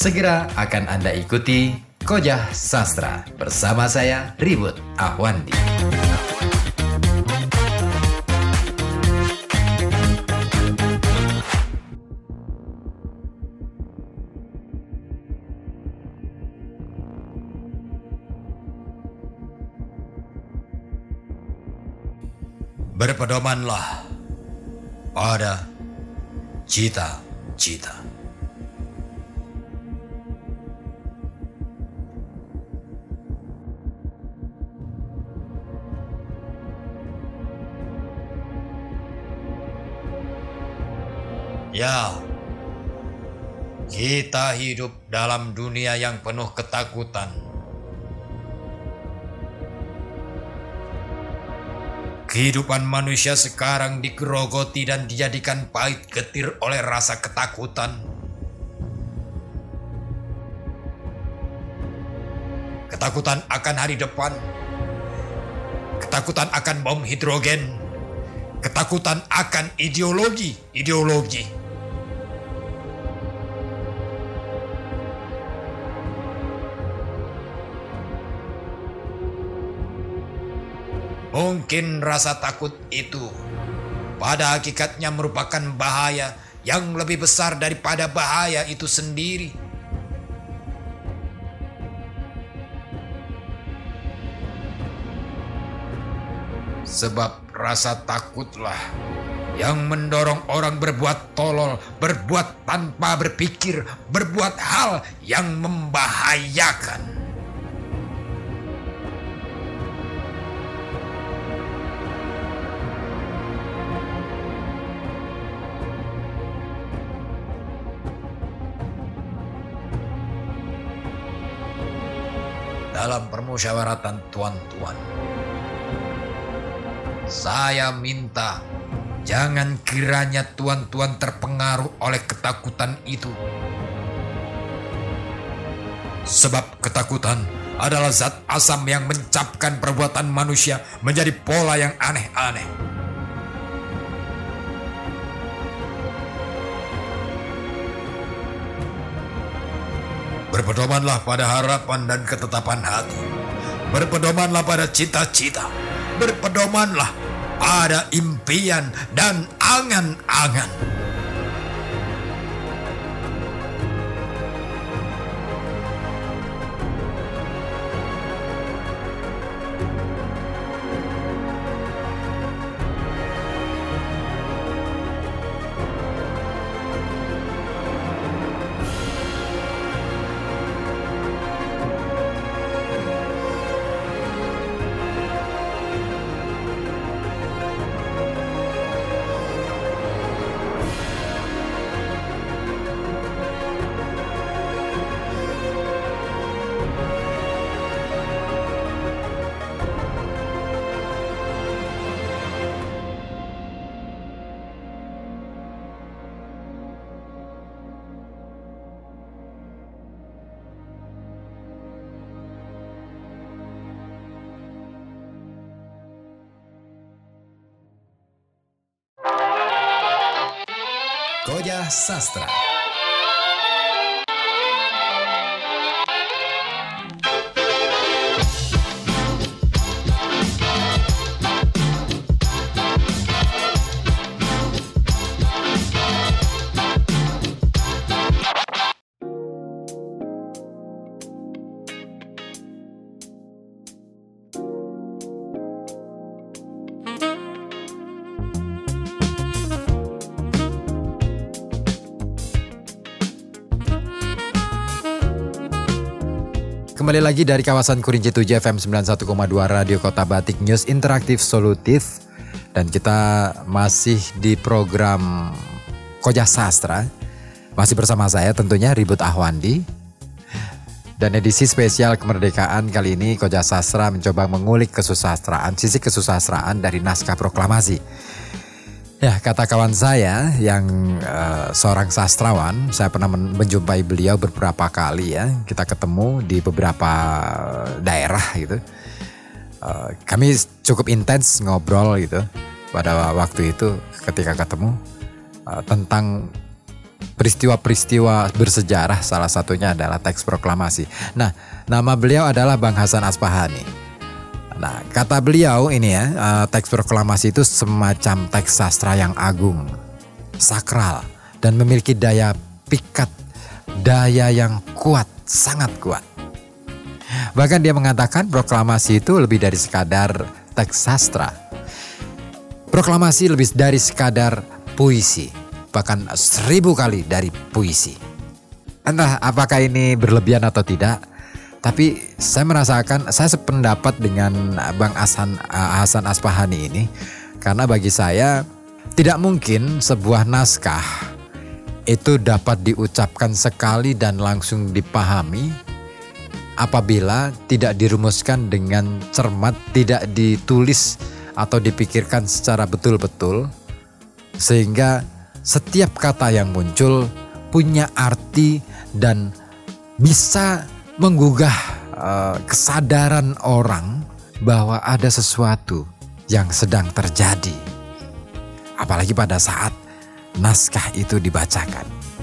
Segera akan Anda ikuti Kojah Sastra bersama saya Ribut Ahwandi. Berpedomanlah pada cita-cita. Ya, kita hidup dalam dunia yang penuh ketakutan. Kehidupan manusia sekarang digerogoti dan dijadikan pahit getir oleh rasa ketakutan. Ketakutan akan hari depan. Ketakutan akan bom hidrogen. Ketakutan akan ideologi. Mungkin rasa takut itu pada hakikatnya merupakan bahaya yang lebih besar daripada bahaya itu sendiri. Sebab rasa takutlah yang mendorong orang berbuat tolol, berbuat tanpa berpikir, berbuat hal yang membahayakan. Dalam permusyawaratan tuan-tuan, saya minta jangan kiranya tuan-tuan terpengaruh oleh ketakutan itu. Sebab ketakutan adalah zat asam yang mencapkan perbuatan manusia menjadi pola yang aneh-aneh. Berpedomanlah pada harapan dan ketetapan hati. Berpedomanlah pada cita-cita. Berpedomanlah pada impian dan angan-angan. Kojah Sastra. Kembali lagi dari kawasan Kurinci 7 FM 91,2 Radio Kota Batik, News Interaktif Solutif. Dan kita masih di program Kojah Sastra. Masih bersama saya tentunya Ribut Ahwandi. Dan edisi spesial kemerdekaan kali ini Kojah Sastra mencoba mengulik kesusastraan, sisi kesusastraan dari naskah proklamasi. Ya, kata kawan saya yang seorang sastrawan, saya pernah menjumpai beliau beberapa kali ya. Kita ketemu di beberapa daerah gitu. Kami cukup intens ngobrol gitu pada waktu itu ketika ketemu tentang peristiwa-peristiwa bersejarah, salah satunya adalah teks proklamasi. Nah, nama beliau adalah Bang Hasan Aspakhani. Nah, kata beliau ini ya, teks proklamasi itu semacam teks sastra yang agung, sakral, dan memiliki daya pikat, daya yang kuat, sangat kuat. Bahkan dia mengatakan proklamasi itu lebih dari sekadar teks sastra. Proklamasi lebih dari sekadar puisi, bahkan 1000 kali dari puisi. Entah apakah ini berlebihan atau tidak, tapi saya merasakan, saya sependapat dengan Bang Hasan Aspakhani ini, karena bagi saya tidak mungkin sebuah naskah itu dapat diucapkan sekali dan langsung dipahami apabila tidak dirumuskan dengan cermat, tidak ditulis atau dipikirkan secara betul-betul, sehingga setiap kata yang muncul punya arti dan bisa menggugah kesadaran orang bahwa ada sesuatu yang sedang terjadi. Apalagi pada saat naskah itu dibacakan.